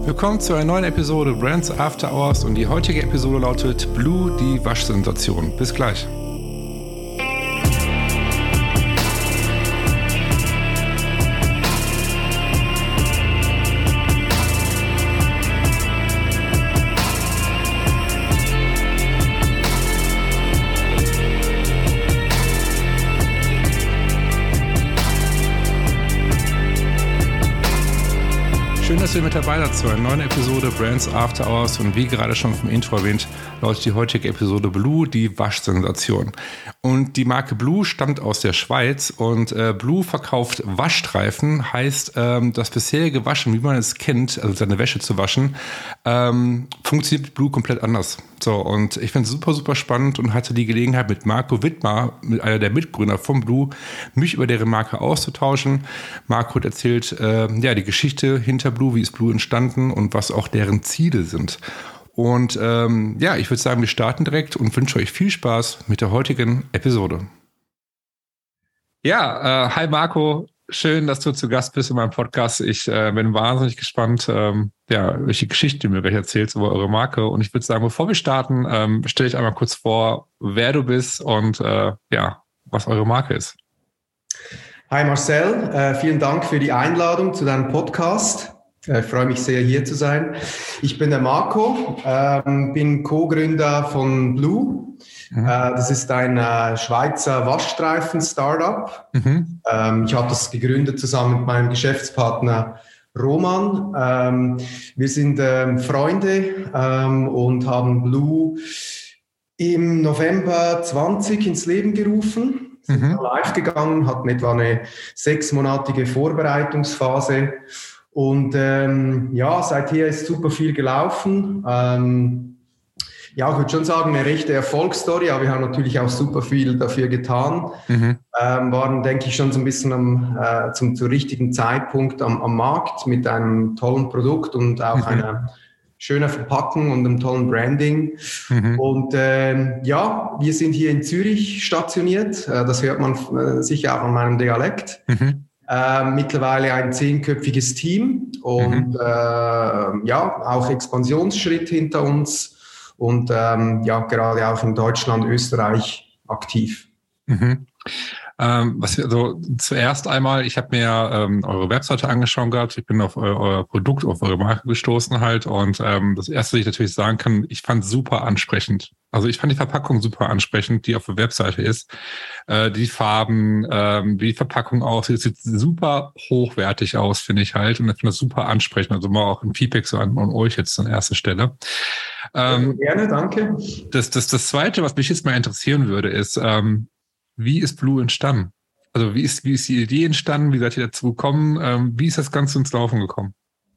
Willkommen zu einer neuen Episode Brands After Hours und die heutige Episode lautet Blue, die Waschsensation. Bis gleich. Schön, dass ihr mit dabei seid zu einer neuen Episode Brands After Hours und wie gerade schon vom Intro erwähnt, lautet die heutige Episode Blue, die Waschsensation. Und die Marke Blue stammt aus der Schweiz und Blue verkauft Waschstreifen, heißt das bisherige Waschen, wie man es kennt, also seine Wäsche zu waschen, funktioniert mit Blue komplett anders. So, und ich finde es super, super spannend und hatte die Gelegenheit mit Marco Wittmer, mit einer der Mitgründer von Blue, mich über deren Marke auszutauschen. Marco hat erzählt, die Geschichte hinter Blue, wie ist Blue entstanden und was auch deren Ziele sind. Und ich würde sagen, wir starten direkt und wünsche euch viel Spaß mit der heutigen Episode. Ja, hi Marco. Schön, dass du zu Gast bist in meinem Podcast. Ich bin wahnsinnig gespannt, welche Geschichte du mir gleich erzählst über eure Marke. Und ich würde sagen, bevor wir starten, stell dich einmal kurz vor, wer du bist und was eure Marke ist. Hi Marcel, vielen Dank für die Einladung zu deinem Podcast. Ich freue mich sehr, hier zu sein. Ich bin der Marco, bin Co-Gründer von Blue. Das ist ein Schweizer Waschstreifen-Startup. Ich habe das gegründet zusammen mit meinem Geschäftspartner Roman. Wir sind Freunde und haben Blue im November 20 ins Leben gerufen. Sind live gegangen, hatten etwa eine 6-monatige Vorbereitungsphase. Und seither ist super viel gelaufen. Ich würde schon sagen, eine rechte Erfolgsstory, aber wir haben natürlich auch super viel dafür getan. Waren, denke ich, schon so ein bisschen zum richtigen Zeitpunkt am Markt mit einem tollen Produkt und auch einer schönen Verpackung und einem tollen Branding. Und wir sind hier in Zürich stationiert. Das hört man sicher auch an meinem Dialekt. Mittlerweile ein 10-köpfiges Team und auch Expansionsschritt hinter uns und gerade auch in Deutschland, Österreich aktiv. Zuerst einmal, ich habe mir eure Webseite angeschaut gehabt, ich bin auf euer Produkt, auf eure Marke gestoßen halt und das erste, was ich natürlich sagen kann, ich fand super ansprechend. Also ich fand die Verpackung super ansprechend, die auf der Webseite ist. Die Farben, wie die Verpackung aussieht, es sieht super hochwertig aus, finde ich halt. Und ich finde das super ansprechend. Also mal auch ein Feedback so an euch jetzt an erster Stelle. Gerne, danke. Das Zweite, was mich jetzt mal interessieren würde, ist, wie ist Blue entstanden? Also wie ist die Idee entstanden? Wie seid ihr dazu gekommen? Wie ist das Ganze ins Laufen gekommen?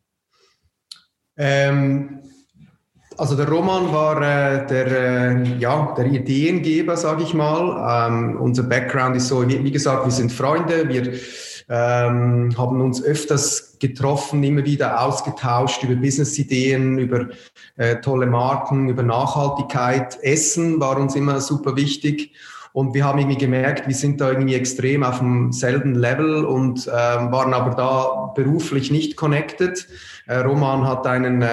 Also der Roman war der Ideengeber, sage ich mal. Unser Background ist so, wie gesagt, wir sind Freunde, wir haben uns öfters getroffen, immer wieder ausgetauscht über Business-Ideen, über tolle Marken, über Nachhaltigkeit. Essen war uns immer super wichtig. Und wir haben irgendwie gemerkt, wir sind da irgendwie extrem auf demselben Level und waren aber da beruflich nicht connected. Roman hat einen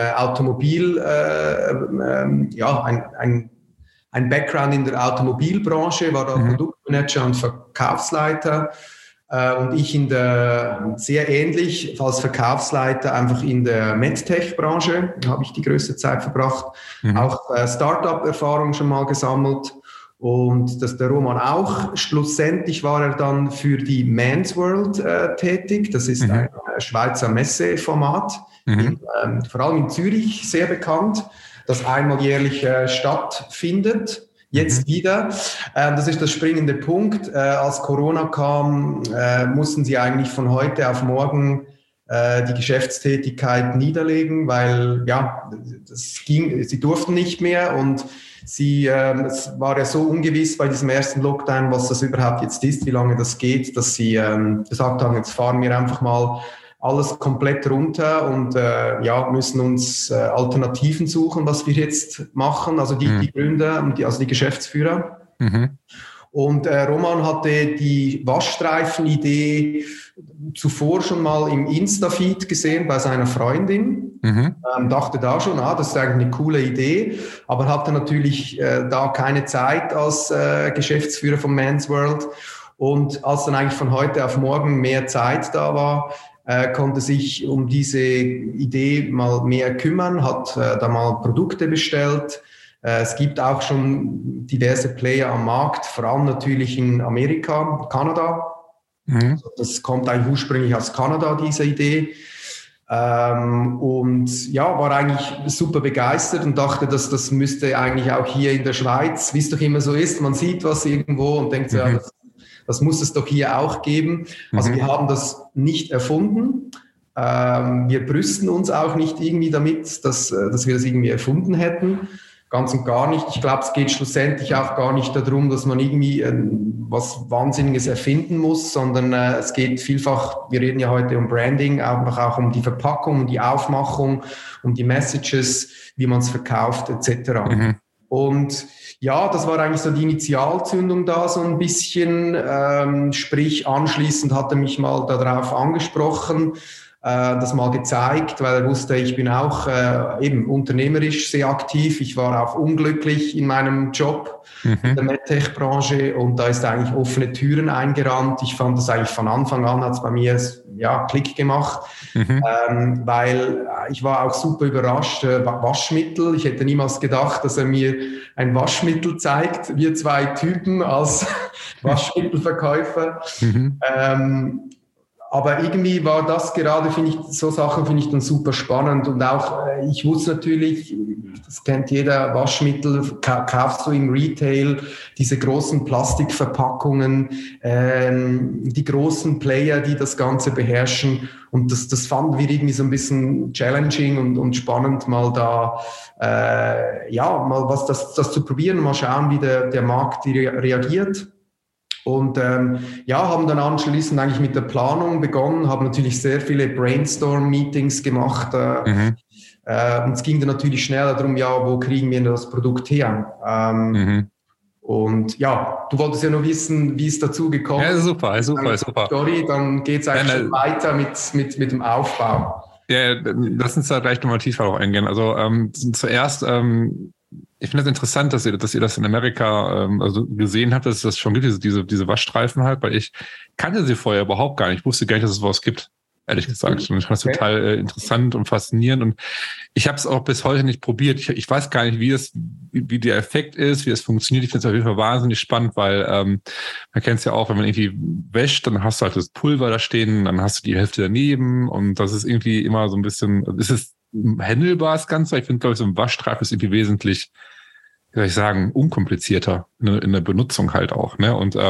ein Background in der Automobilbranche, war da Produktmanager und Verkaufsleiter. Und ich sehr ähnlich als Verkaufsleiter einfach in der MedTech-Branche, habe ich die größte Zeit verbracht. Auch Startup-Erfahrung schon mal gesammelt. Und der Roman auch. Schlussendlich war er dann für die Men's World tätig. Das ist ein Schweizer Messeformat, vor allem in Zürich sehr bekannt, das einmal jährlich stattfindet. Jetzt wieder. Das ist der springende Punkt. Als Corona kam, mussten sie eigentlich von heute auf morgen die Geschäftstätigkeit niederlegen, weil sie durften nicht mehr und es war ja so ungewiss bei diesem ersten Lockdown, was das überhaupt jetzt ist, wie lange das geht, dass sie gesagt haben, jetzt fahren wir einfach mal alles komplett runter und müssen uns Alternativen suchen, was wir jetzt machen, also die Gründer und die Geschäftsführer. Und Roman hatte die Waschstreifen-Idee zuvor schon mal im Insta-Feed gesehen bei seiner Freundin. Dachte da schon, das ist eigentlich eine coole Idee, aber hatte natürlich da keine Zeit als Geschäftsführer von Men's World. Und als dann eigentlich von heute auf morgen mehr Zeit da war, konnte sich um diese Idee mal mehr kümmern, hat da mal Produkte bestellt. Es gibt auch schon diverse Player am Markt, vor allem natürlich in Amerika, Kanada. Also das kommt eigentlich ursprünglich aus Kanada, diese Idee. Und ja, war eigentlich super begeistert und dachte, dass das müsste eigentlich auch hier in der Schweiz, wie es doch immer so ist, man sieht was irgendwo und denkt, ja, das muss es doch hier auch geben. Also wir haben das nicht erfunden. Wir brüsten uns auch nicht irgendwie damit, dass wir das irgendwie erfunden hätten. Ganz und gar nicht. Ich glaube, es geht schlussendlich auch gar nicht darum, dass man irgendwie was Wahnsinniges erfinden muss, sondern es geht vielfach, wir reden ja heute um Branding, einfach auch um die Verpackung, um die Aufmachung, um die Messages, wie man es verkauft etc. Und ja, das war eigentlich so die Initialzündung da so ein bisschen, sprich anschließend hat er mich mal darauf angesprochen, das mal gezeigt, weil er wusste, ich bin auch eben unternehmerisch sehr aktiv. Ich war auch unglücklich in meinem Job in der MedTech-Branche und da ist eigentlich offene Türen eingerannt. Ich fand das eigentlich von Anfang an, hat es bei mir Klick gemacht, weil ich war auch super überrascht. Waschmittel, ich hätte niemals gedacht, dass er mir ein Waschmittel zeigt, wir zwei Typen als Waschmittelverkäufer. Aber irgendwie war das gerade, so Sachen finde ich dann super spannend. Und auch, ich wusste natürlich, das kennt jeder, Waschmittel kaufst du im Retail, diese großen Plastikverpackungen, die großen Player, die das Ganze beherrschen. Und das fanden wir irgendwie so ein bisschen challenging und spannend, mal da, mal was das zu probieren, mal schauen, wie der Markt reagiert. Und haben dann anschließend eigentlich mit der Planung begonnen, haben natürlich sehr viele Brainstorm-Meetings gemacht. Und es ging dann natürlich schneller darum, wo kriegen wir das Produkt her? Und ja, du wolltest ja nur wissen, wie es dazu gekommen ist. Ja, super. Story, dann geht es eigentlich schon weiter mit dem Aufbau. Ja, lass uns da gleich nochmal tiefer auch eingehen. Also zuerst... ich finde es interessant, dass ihr das in Amerika gesehen habt, dass es das schon gibt, diese Waschstreifen halt, weil ich kannte sie vorher überhaupt gar nicht. Ich wusste gar nicht, dass es was gibt, ehrlich gesagt. Und ich fand es total interessant und faszinierend. Und ich habe es auch bis heute nicht probiert. Ich weiß gar nicht, wie der Effekt ist, wie es funktioniert. Ich finde es auf jeden Fall wahnsinnig spannend, weil man kennt es ja auch, wenn man irgendwie wäscht, dann hast du halt das Pulver da stehen, dann hast du die Hälfte daneben und das ist irgendwie immer so ein bisschen, es ist handelbar das Ganze. Ich finde, glaube ich, so ein Waschstreifen ist irgendwie wesentlich, wie soll ich sagen, unkomplizierter in der Benutzung halt auch. Ne? Und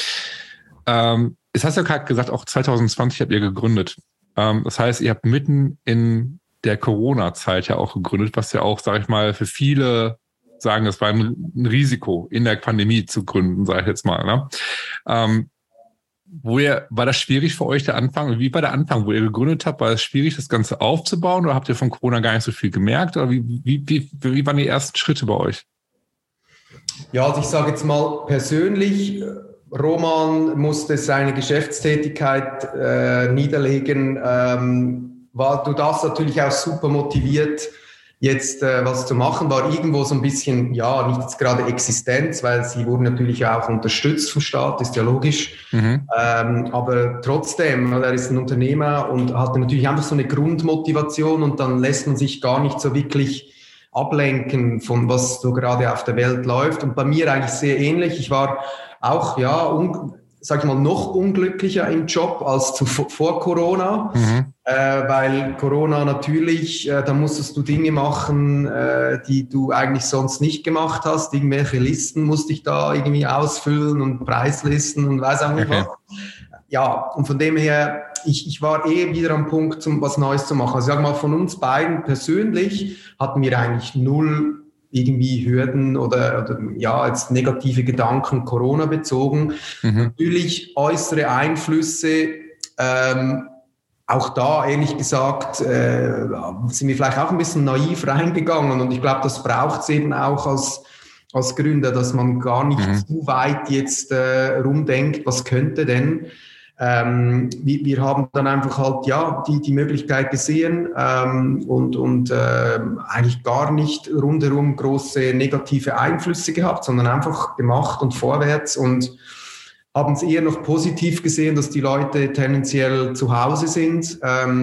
es hast ja gerade gesagt, auch 2020 habt ihr gegründet. Das heißt, ihr habt mitten in der Corona-Zeit ja auch gegründet, was ja auch, sage ich mal, für viele sagen, das war ein Risiko, in der Pandemie zu gründen, sage ich jetzt mal. Ne? War das schwierig für euch, der Anfang? Wie war der Anfang, wo ihr gegründet habt? War es schwierig, das Ganze aufzubauen oder habt ihr von Corona gar nicht so viel gemerkt? Oder wie waren die ersten Schritte bei euch? Ja, also ich sage jetzt mal persönlich, Roman musste seine Geschäftstätigkeit niederlegen. Du darfst natürlich auch super motiviert, jetzt was zu machen, war irgendwo so ein bisschen, nicht jetzt gerade Existenz, weil sie wurden natürlich auch unterstützt vom Staat, ist ja logisch. Aber trotzdem, er ist ein Unternehmer und hatte natürlich einfach so eine Grundmotivation und dann lässt man sich gar nicht so wirklich ablenken von was so gerade auf der Welt läuft. Und bei mir eigentlich sehr ähnlich. Ich war auch, noch unglücklicher im Job als vor Corona, weil Corona natürlich, da musstest du Dinge machen, die du eigentlich sonst nicht gemacht hast. Irgendwelche Listen musste ich da irgendwie ausfüllen und Preislisten und weiß auch nicht was. Ja, und von dem her, ich war wieder am Punkt, was Neues zu machen. Also ich sag mal, von uns beiden persönlich hatten wir eigentlich null irgendwie Hürden oder jetzt negative Gedanken Corona bezogen. Natürlich äußere Einflüsse, auch da ehrlich gesagt sind wir vielleicht auch ein bisschen naiv reingegangen und ich glaube, das braucht es eben auch als Gründer, dass man gar nicht zu weit jetzt rumdenkt, was könnte denn. Wir haben dann einfach halt die Möglichkeit gesehen und eigentlich gar nicht rundherum große negative Einflüsse gehabt, sondern einfach gemacht und vorwärts und haben es eher noch positiv gesehen, dass die Leute tendenziell zu Hause sind,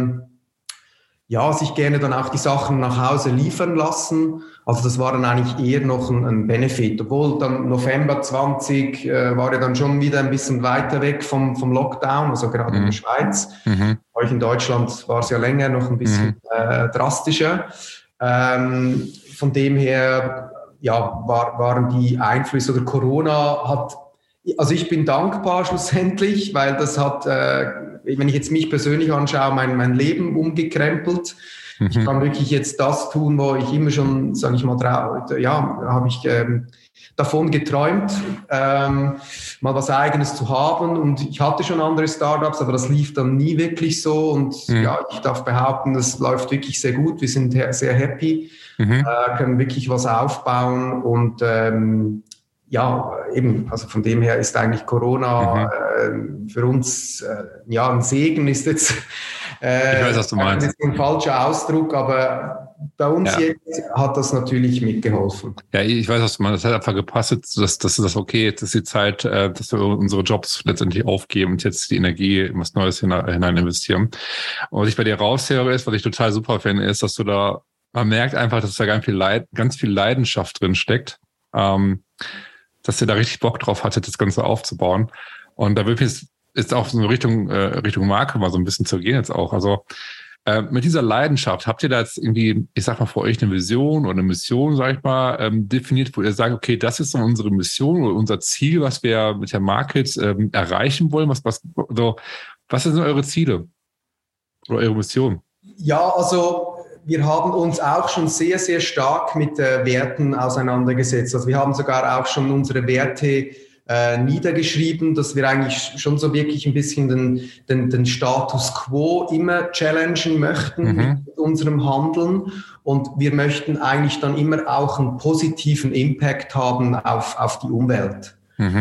sich gerne dann auch die Sachen nach Hause liefern lassen. Also das war dann eigentlich eher noch ein Benefit. Obwohl dann November 20 war ja dann schon wieder ein bisschen weiter weg vom Lockdown, also gerade in der Schweiz. Euch in Deutschland war es ja länger noch ein bisschen drastischer. Von dem her waren die Einflüsse oder Corona hat, also ich bin dankbar schlussendlich, weil das hat, wenn ich jetzt mich persönlich anschaue, mein Leben umgekrempelt. Ich kann wirklich jetzt das tun, wo ich immer schon, sage ich mal, habe ich davon geträumt, mal was Eigenes zu haben. Und ich hatte schon andere Startups, aber das lief dann nie wirklich so. Und ich darf behaupten, das läuft wirklich sehr gut. Wir sind sehr happy, können wirklich was aufbauen und also von dem her ist eigentlich Corona für uns ein Segen ist jetzt ich weiß, was du meinst. Ist ein falscher Ausdruck, aber bei uns jetzt hat das natürlich mitgeholfen. Ja, ich weiß, was du meinst. Das hat einfach gepasst, dass das okay, jetzt ist die Zeit, dass wir unsere Jobs letztendlich aufgeben und jetzt die Energie in was Neues hinein investieren. Und was ich bei dir raushöre ist, was ich total super finde, ist, dass man merkt einfach, dass da ganz viel Leidenschaft drin steckt. Dass ihr da richtig Bock drauf hattet, das Ganze aufzubauen. Und da würde ich jetzt auch so Richtung Marke mal so ein bisschen zu gehen jetzt auch. Also mit dieser Leidenschaft, habt ihr da jetzt irgendwie, ich sag mal, für euch eine Vision oder eine Mission, sag ich mal, definiert, wo ihr sagt, okay, das ist so unsere Mission oder unser Ziel, was wir mit der Marke jetzt erreichen wollen? Was sind eure Ziele oder eure Mission? Ja, also wir haben uns auch schon sehr, sehr stark mit Werten auseinandergesetzt. Also wir haben sogar auch schon unsere Werte niedergeschrieben, dass wir eigentlich schon so wirklich ein bisschen den Status quo immer challengen möchten mit unserem Handeln. Und wir möchten eigentlich dann immer auch einen positiven Impact haben auf die Umwelt.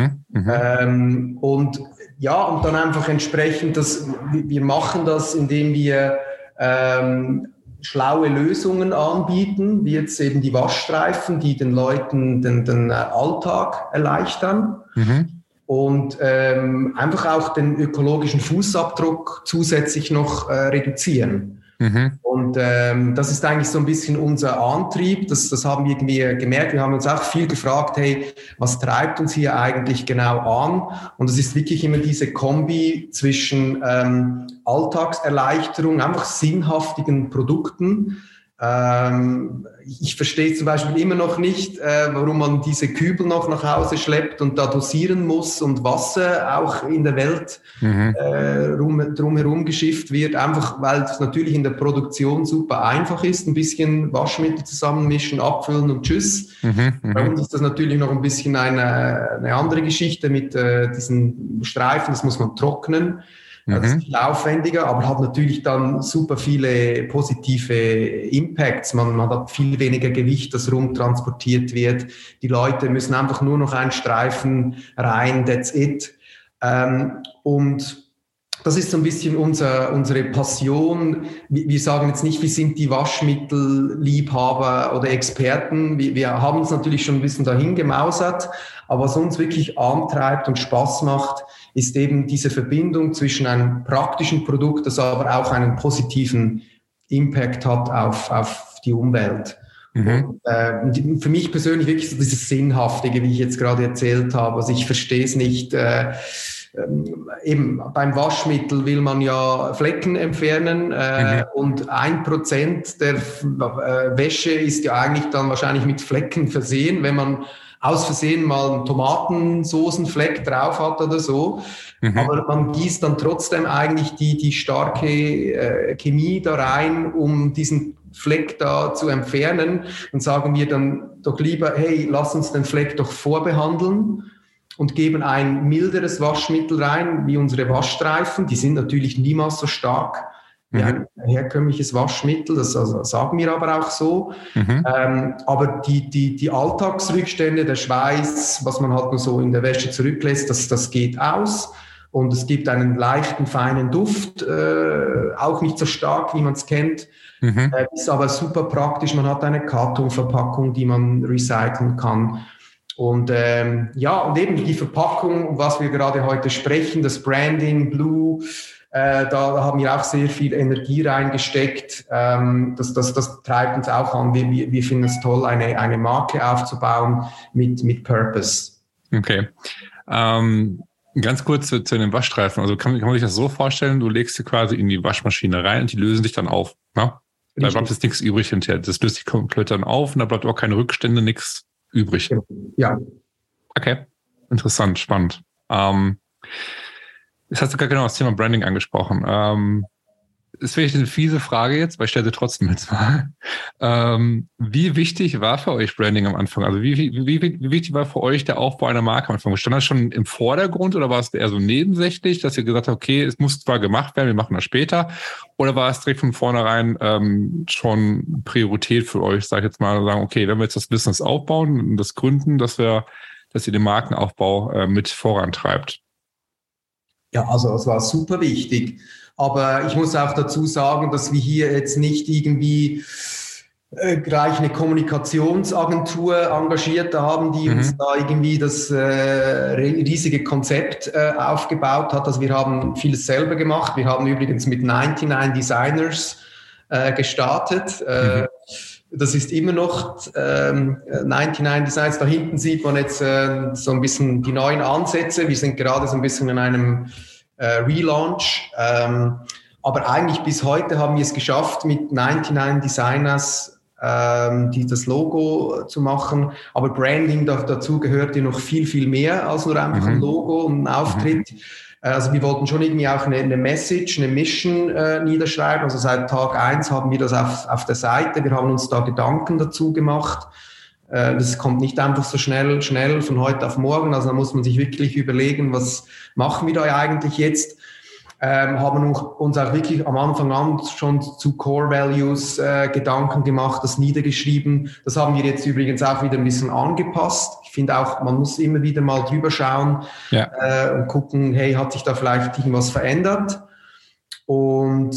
Und dann einfach entsprechend, wir machen das, indem wir schlaue Lösungen anbieten, wie jetzt eben die Waschstreifen, die den Leuten den Alltag erleichtern und einfach auch den ökologischen Fußabdruck zusätzlich noch reduzieren. Und das ist eigentlich so ein bisschen unser Antrieb, das haben wir irgendwie gemerkt. Wir haben uns auch viel gefragt, hey, was treibt uns hier eigentlich genau an? Und es ist wirklich immer diese Kombi zwischen Alltagserleichterung, einfach sinnhaftigen Produkten. Ich verstehe zum Beispiel immer noch nicht, warum man diese Kübel noch nach Hause schleppt und da dosieren muss und Wasser auch in der Welt drumherum geschifft wird, einfach weil es natürlich in der Produktion super einfach ist, ein bisschen Waschmittel zusammenmischen, abfüllen und tschüss. Bei uns ist das natürlich noch ein bisschen eine andere Geschichte mit diesen Streifen, das muss man trocknen. Das ist viel aufwendiger, aber hat natürlich dann super viele positive Impacts. Man hat viel weniger Gewicht, das rumtransportiert wird. Die Leute müssen einfach nur noch einen Streifen rein, that's it. Und das ist so ein bisschen unsere Passion. Wir sagen jetzt nicht, wir sind die Waschmittelliebhaber oder Experten. Wir haben uns natürlich schon ein bisschen dahin gemausert, aber was uns wirklich antreibt und Spaß macht, ist eben diese Verbindung zwischen einem praktischen Produkt, das aber auch einen positiven Impact hat auf die Umwelt. Und für mich persönlich wirklich so dieses Sinnhaftige, wie ich jetzt gerade erzählt habe. Also ich verstehe es nicht. Eben beim Waschmittel will man ja Flecken entfernen und 1% der Wäsche ist ja eigentlich dann wahrscheinlich mit Flecken versehen, wenn man aus Versehen mal einen Tomatensoßenfleck drauf hat oder so. Aber man gießt dann trotzdem eigentlich die starke Chemie da rein, um diesen Fleck da zu entfernen. Und sagen wir dann doch lieber, hey, lass uns den Fleck doch vorbehandeln und geben ein milderes Waschmittel rein, wie unsere Waschstreifen. Die sind natürlich niemals so stark wie ein herkömmliches Waschmittel, das sagen wir aber auch so. Aber die Alltagsrückstände, der Schweiß, was man halt nur so in der Wäsche zurücklässt, das geht aus. und es gibt einen leichten, feinen Duft, auch nicht so stark, wie man es kennt. Ist aber super praktisch. Man hat eine Kartonverpackung, die man recyceln kann. Und und eben die Verpackung, um was wir gerade heute sprechen, das Branding, Blue, da haben wir auch sehr viel Energie reingesteckt. Das treibt uns auch an. Wir finden es toll, eine Marke aufzubauen mit Purpose. Okay. Ganz kurz zu den Waschstreifen. Also kann man sich das so vorstellen, du legst sie quasi in die Waschmaschine rein und die lösen sich dann auf. Ne? Da bleibt jetzt nichts übrig hinterher. Das löst sich komplett dann auf und da bleibt auch keine Rückstände, nichts übrig. Ja. Okay. Interessant, spannend. Jetzt hast du gerade genau das Thema Branding angesprochen. Ist vielleicht eine fiese Frage jetzt, aber ich stelle sie trotzdem jetzt mal. Wie wichtig war für euch Branding am Anfang? Also wie wichtig war für euch der Aufbau einer Marke am Anfang? Stand das schon im Vordergrund oder war es eher so nebensächlich, dass ihr gesagt habt, okay, es muss zwar gemacht werden, wir machen das später? Oder war es direkt von vornherein schon Priorität für euch, sag ich jetzt mal, sagen, okay, wenn wir jetzt das Business aufbauen und das gründen, dass ihr den Markenaufbau mit vorantreibt? Ja, also es war super wichtig. Aber ich muss auch dazu sagen, dass wir hier jetzt nicht irgendwie gleich eine Kommunikationsagentur engagiert haben, die uns da irgendwie das riesige Konzept aufgebaut hat. Also wir haben vieles selber gemacht. Wir haben übrigens mit 99 Designers gestartet. Das ist immer noch 99 Designs. Da hinten sieht man jetzt so ein bisschen die neuen Ansätze. Wir sind gerade so ein bisschen in einem Relaunch. Aber eigentlich bis heute haben wir es geschafft, mit 99 Designers das Logo zu machen. Aber Branding, dazu gehört ja noch viel, viel mehr als nur einfach ein Logo und ein Auftritt. Also wir wollten schon irgendwie auch eine Message, eine Mission niederschreiben. Also seit Tag 1 haben wir das auf der Seite. Wir haben uns da Gedanken dazu gemacht. Das kommt nicht einfach so schnell von heute auf morgen. Also da muss man sich wirklich überlegen, was machen wir da eigentlich jetzt? Haben uns auch wirklich am Anfang an schon zu Core Values Gedanken gemacht, das niedergeschrieben. Das haben wir jetzt übrigens auch wieder ein bisschen angepasst. Ich finde auch, man muss immer wieder mal drüber schauen und gucken, hey, hat sich da vielleicht irgendwas verändert? Und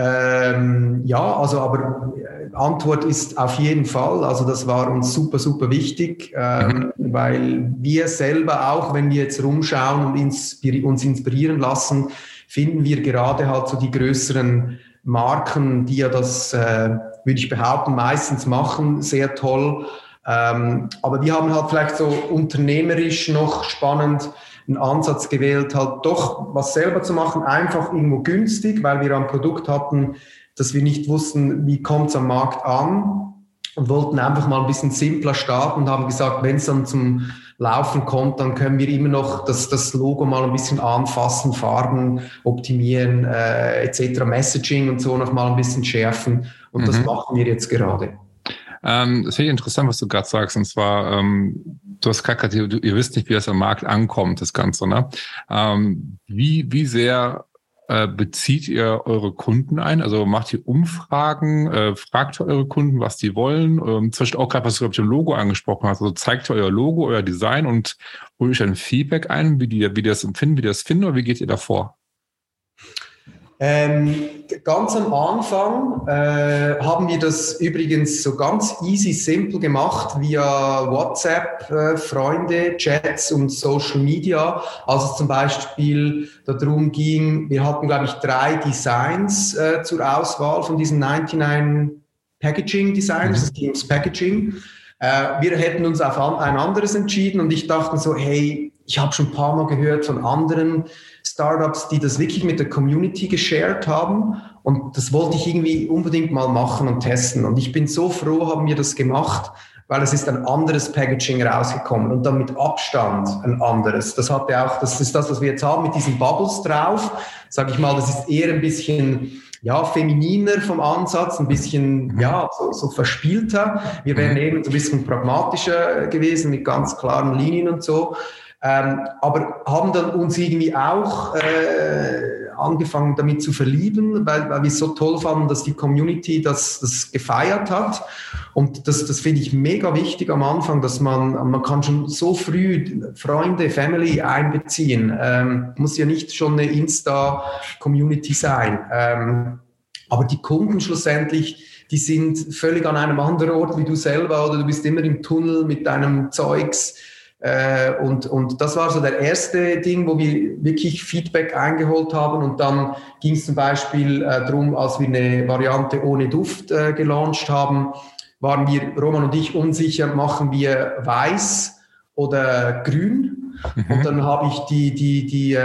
aber Antwort ist auf jeden Fall, also das war uns super, super wichtig, weil wir selber auch, wenn wir jetzt rumschauen und uns inspirieren lassen, finden wir gerade halt so die größeren Marken, die ja das, würde ich behaupten, meistens machen, sehr toll. Aber wir haben halt vielleicht so unternehmerisch noch spannend einen Ansatz gewählt, halt doch was selber zu machen, einfach irgendwo günstig, weil wir ein Produkt hatten, dass wir nicht wussten, wie kommt es am Markt an, und wollten einfach mal ein bisschen simpler starten und haben gesagt, wenn es dann zum Laufen kommt, dann können wir immer noch das Logo mal ein bisschen anfassen, Farben optimieren, etc., Messaging und so noch mal ein bisschen schärfen, und das machen wir jetzt gerade. Das finde ich interessant, was du gerade sagst, und zwar, du hast gerade gesagt, ihr wisst nicht, wie das am Markt ankommt, das Ganze, ne? Wie sehr bezieht ihr eure Kunden ein? Also macht ihr Umfragen, fragt ihr eure Kunden, was die wollen? Zum Beispiel auch gerade, was du, glaube ich, im Logo angesprochen hast. Also zeigt ihr euer Logo, euer Design und holt euch ein Feedback ein, wie die das empfinden, wie die das finden, oder wie geht ihr da vor? Ganz am Anfang haben wir das übrigens so ganz easy, simple gemacht via WhatsApp, Freunde, Chats und Social Media. Also zum Beispiel darum ging, wir hatten, glaube ich, 3 Designs zur Auswahl von diesen 99 Packaging Designs, das ging ums Packaging. Wir hätten uns auf ein anderes entschieden, und ich dachte so, hey, ich habe schon ein paar Mal gehört von anderen Startups, die das wirklich mit der Community geshared haben, und das wollte ich irgendwie unbedingt mal machen und testen, und ich bin so froh, haben wir das gemacht, weil es ist ein anderes Packaging rausgekommen und dann mit Abstand ein anderes. Das ist das, was wir jetzt haben mit diesen Bubbles drauf, sage ich mal, das ist eher ein bisschen femininer vom Ansatz, ein bisschen so verspielter. Wir wären eben so ein bisschen pragmatischer gewesen mit ganz klaren Linien und so. Aber haben dann uns irgendwie auch angefangen damit zu verlieben, weil wir es so toll fanden, dass die Community das gefeiert hat. Und das finde ich mega wichtig am Anfang, dass man kann schon so früh Freunde, Family einbeziehen. Muss ja nicht schon eine Insta-Community sein. Aber die Kunden schlussendlich, die sind völlig an einem anderen Ort wie du selber, oder du bist immer im Tunnel mit deinem Zeugs. Und das war so der erste Ding, wo wir wirklich Feedback eingeholt haben. Und dann ging es zum Beispiel darum, als wir eine Variante ohne Duft gelauncht haben, waren wir, Roman und ich, unsicher, machen wir weiß oder grün. Und dann habe ich die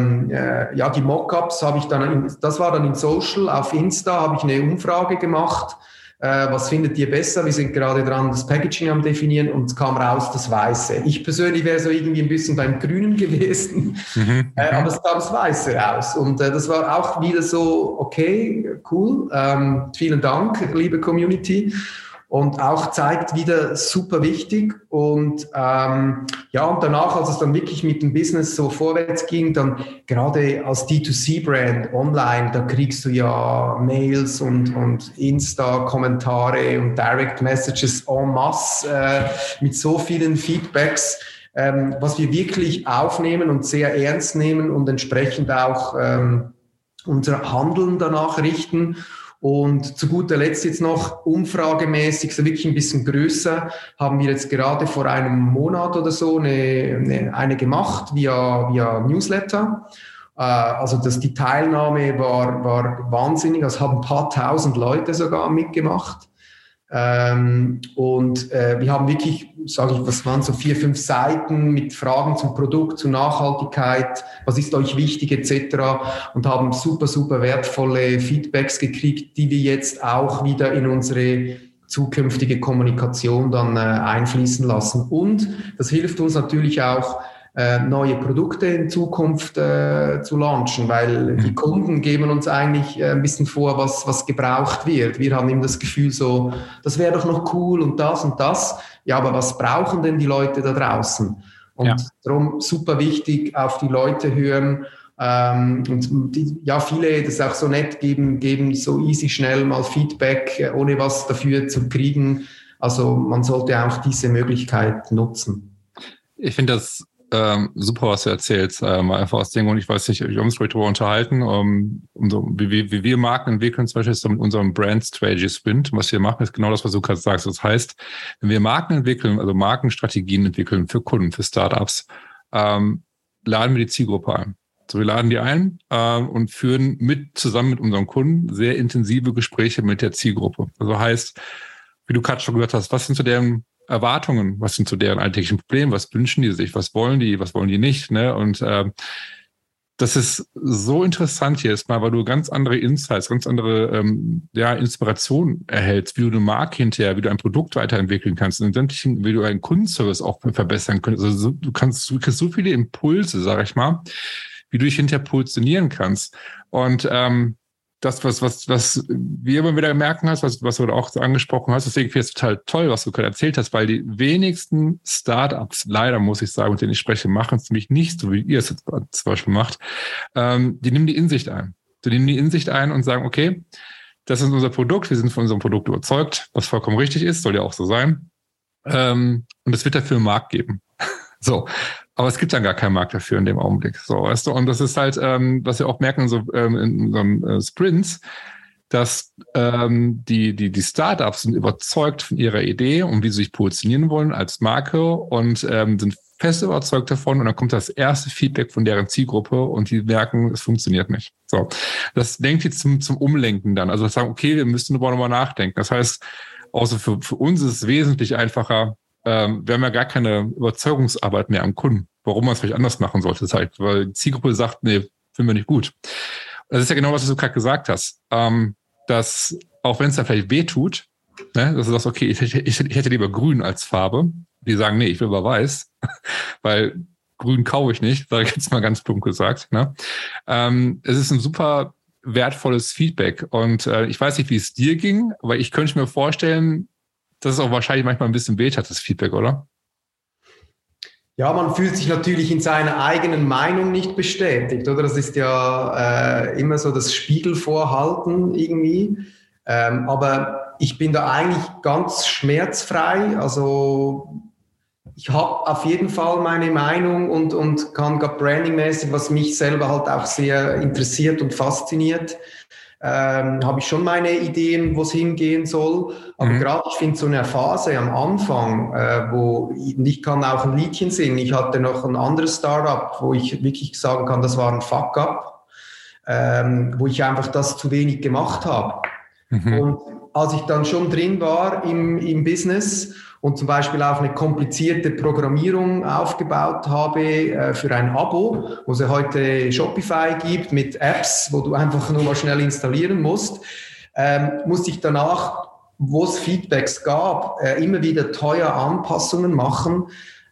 Mockups habe ich dann, das war dann in Social, auf Insta habe ich eine Umfrage gemacht. Was findet ihr besser? Wir sind gerade dran, das Packaging am definieren, und es kam raus das Weiße. Ich persönlich wäre so irgendwie ein bisschen beim Grünen gewesen, aber es kam das Weiße raus. Und das war auch wieder so, okay, cool, vielen Dank, liebe Community. Und auch zeigt wieder super wichtig. Und und danach, als es dann wirklich mit dem Business so vorwärts ging, dann gerade als D2C-Brand online, da kriegst du ja Mails und Insta-Kommentare und Direct Messages en masse mit so vielen Feedbacks, was wir wirklich aufnehmen und sehr ernst nehmen und entsprechend auch unser Handeln danach richten. Und zu guter Letzt jetzt noch umfragemäßig, so wirklich ein bisschen größer, haben wir jetzt gerade vor einem Monat oder so eine gemacht via Newsletter. Also die Teilnahme war wahnsinnig, also haben ein paar tausend Leute sogar mitgemacht. Wir haben wirklich, sage ich, was waren so 4, 5 Seiten mit Fragen zum Produkt, zur Nachhaltigkeit, was ist euch wichtig etc. und haben super, super wertvolle Feedbacks gekriegt, die wir jetzt auch wieder in unsere zukünftige Kommunikation dann einfließen lassen. Und das hilft uns natürlich auch, neue Produkte in Zukunft zu launchen, weil die Kunden geben uns eigentlich ein bisschen vor, was gebraucht wird. Wir haben immer das Gefühl so, das wäre doch noch cool und das und das. Ja, aber was brauchen denn die Leute da draußen? Und darum super wichtig, auf die Leute hören. Viele, das ist auch so nett, geben so easy schnell mal Feedback, ohne was dafür zu kriegen. Also man sollte auch diese Möglichkeit nutzen. Ich finde das super, was du erzählst. Einfach aus dem Grund, ich weiß nicht, wir haben uns darüber unterhalten, wie wir Marken entwickeln, zum Beispiel ist mit unserem Brand Strategy Sprint. Was wir machen, ist genau das, was du gerade sagst. Das heißt, wenn wir Marken entwickeln, also Markenstrategien entwickeln für Kunden, für Startups, laden wir die Zielgruppe ein. So, wir laden die ein und führen zusammen mit unserem Kunden sehr intensive Gespräche mit der Zielgruppe. Also heißt, wie du gerade schon gehört hast, was sind so deren Erwartungen, was sind so deren alltäglichen Probleme, was wünschen die sich, was wollen die nicht, ne? Und das ist so interessant jetzt mal, weil du ganz andere Insights, ganz andere Inspirationen erhältst, wie du eine Marke hinterher, wie du ein Produkt weiterentwickeln kannst, und wie du einen Kundenservice auch verbessern kannst. Also du kriegst so viele Impulse, sag ich mal, wie du dich hinterher positionieren kannst. Und das, was wir immer wieder merken hast, was du auch so angesprochen hast, deswegen finde ich es total toll, was du gerade erzählt hast, weil die wenigsten Startups, leider muss ich sagen, mit denen ich spreche, machen es nämlich nicht so, wie ihr es jetzt zum Beispiel macht. Die nehmen die Insicht ein. Die nehmen die Insicht ein und sagen, okay, das ist unser Produkt, wir sind von unserem Produkt überzeugt, was vollkommen richtig ist, soll ja auch so sein. Und es wird dafür einen Markt geben. So. Aber es gibt dann gar keinen Markt dafür in dem Augenblick. So, weißt du, und das ist halt, was wir auch merken in unserem Sprints, dass die Startups sind überzeugt von ihrer Idee und wie sie sich positionieren wollen als Marke und sind fest überzeugt davon, und dann kommt das erste Feedback von deren Zielgruppe und die merken, es funktioniert nicht. So, das lenkt jetzt zum Umlenken dann. Also sagen, okay, wir müssen nochmal nachdenken. Das heißt, außer für uns ist es wesentlich einfacher. Wir haben ja gar keine Überzeugungsarbeit mehr am Kunden, warum man es vielleicht anders machen sollte. Das heißt, weil die Zielgruppe sagt, nee, finden wir nicht gut. Das ist ja genau, was du gerade gesagt hast. Dass, auch wenn es da vielleicht weh tut, ne, dass du sagst, okay, ich hätte lieber grün als Farbe. Die sagen, nee, ich will aber weiß, weil grün kaufe ich nicht, sage ich jetzt mal ganz plump gesagt. Ne? Es ist ein super wertvolles Feedback. Und ich weiß nicht, wie es dir ging, aber ich könnte mir vorstellen, dass es auch wahrscheinlich manchmal ein bisschen weh hat, das Feedback, oder? Ja, man fühlt sich natürlich in seiner eigenen Meinung nicht bestätigt, oder? Das ist ja immer so das Spiegelvorhalten irgendwie. Aber ich bin da eigentlich ganz schmerzfrei. Also ich habe auf jeden Fall meine Meinung und kann gerade brandingmäßig, was mich selber halt auch sehr interessiert und fasziniert, habe ich schon meine Ideen, wo es hingehen soll. Aber gerade, ich finde so eine Phase am Anfang, wo ich kann auch ein Liedchen singen. Ich hatte noch ein anderes Startup, wo ich wirklich sagen kann, das war ein Fuck-up, wo ich einfach das zu wenig gemacht habe. Und als ich dann schon drin war im Business und zum Beispiel auch eine komplizierte Programmierung aufgebaut habe für ein Abo, wo es ja heute Shopify gibt mit Apps, wo du einfach nur mal schnell installieren musst, musste ich danach, wo es Feedbacks gab, immer wieder teuer Anpassungen machen.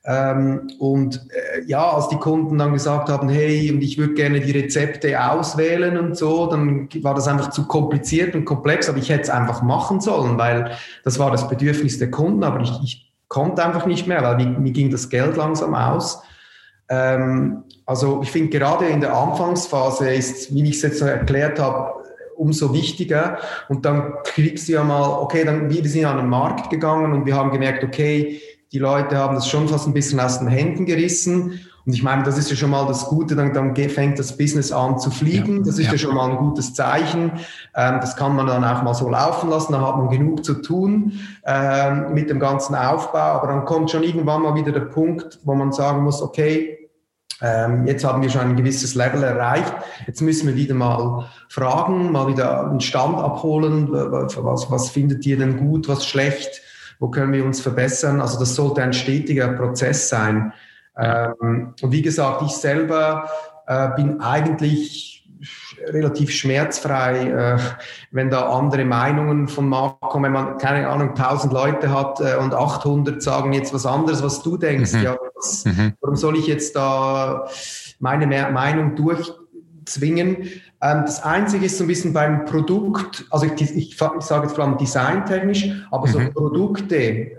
Als die Kunden dann gesagt haben, hey, und ich würde gerne die Rezepte auswählen und so, dann war das einfach zu kompliziert und komplex, aber ich hätte es einfach machen sollen, weil das war das Bedürfnis der Kunden, aber ich konnte einfach nicht mehr, weil mir ging das Geld langsam aus. Also ich finde, gerade in der Anfangsphase ist, wie ich es jetzt so erklärt habe, umso wichtiger. Und dann kriegst du ja mal, okay, wir sind an den Markt gegangen und wir haben gemerkt, okay, die Leute haben das schon fast ein bisschen aus den Händen gerissen. Und ich meine, das ist ja schon mal das Gute, dann fängt das Business an zu fliegen. Das ist ja schon mal ein gutes Zeichen. Das kann man dann auch mal so laufen lassen. Da hat man genug zu tun mit dem ganzen Aufbau. Aber dann kommt schon irgendwann mal wieder der Punkt, wo man sagen muss, okay, jetzt haben wir schon ein gewisses Level erreicht. Jetzt müssen wir wieder mal fragen, mal wieder einen Stand abholen. Was findet ihr denn gut, was schlecht? Wo können wir uns verbessern? Also das sollte ein stetiger Prozess sein. Und wie gesagt, ich selber bin eigentlich relativ schmerzfrei, wenn da andere Meinungen von Markt kommen, wenn man, keine Ahnung, 1000 Leute hat und 800 sagen jetzt was anderes, was du denkst. Ja, warum soll ich jetzt da meine Meinung durchzwingen? Das Einzige ist so ein bisschen beim Produkt, also ich sage jetzt vor allem designtechnisch, aber so Produkte,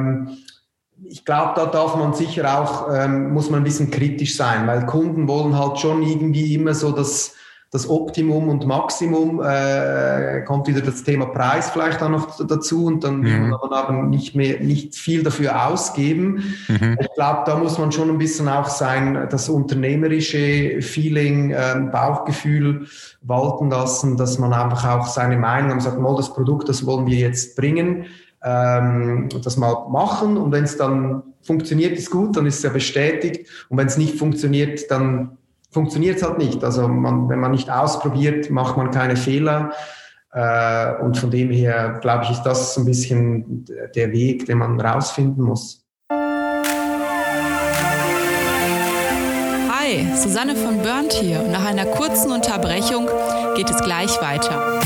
ich glaube, da darf man sicher auch, muss man ein bisschen kritisch sein, weil Kunden wollen halt schon irgendwie immer so das Optimum und Maximum, kommt wieder das Thema Preis vielleicht auch noch dazu und dann will man aber nicht viel dafür ausgeben. Ich glaube, da muss man schon ein bisschen auch das unternehmerische Feeling, Bauchgefühl walten lassen, dass man einfach auch seine Meinung sagt, mal das Produkt, das wollen wir jetzt bringen, das mal machen und wenn es dann funktioniert, ist gut, dann ist es ja bestätigt und wenn es nicht funktioniert, dann funktioniert es halt nicht. Also wenn man nicht ausprobiert, macht man keine Fehler. Und von dem her, glaube ich, ist das so ein bisschen der Weg, den man rausfinden muss. Hi, Susanne von Burnt hier. Und nach einer kurzen Unterbrechung geht es gleich weiter.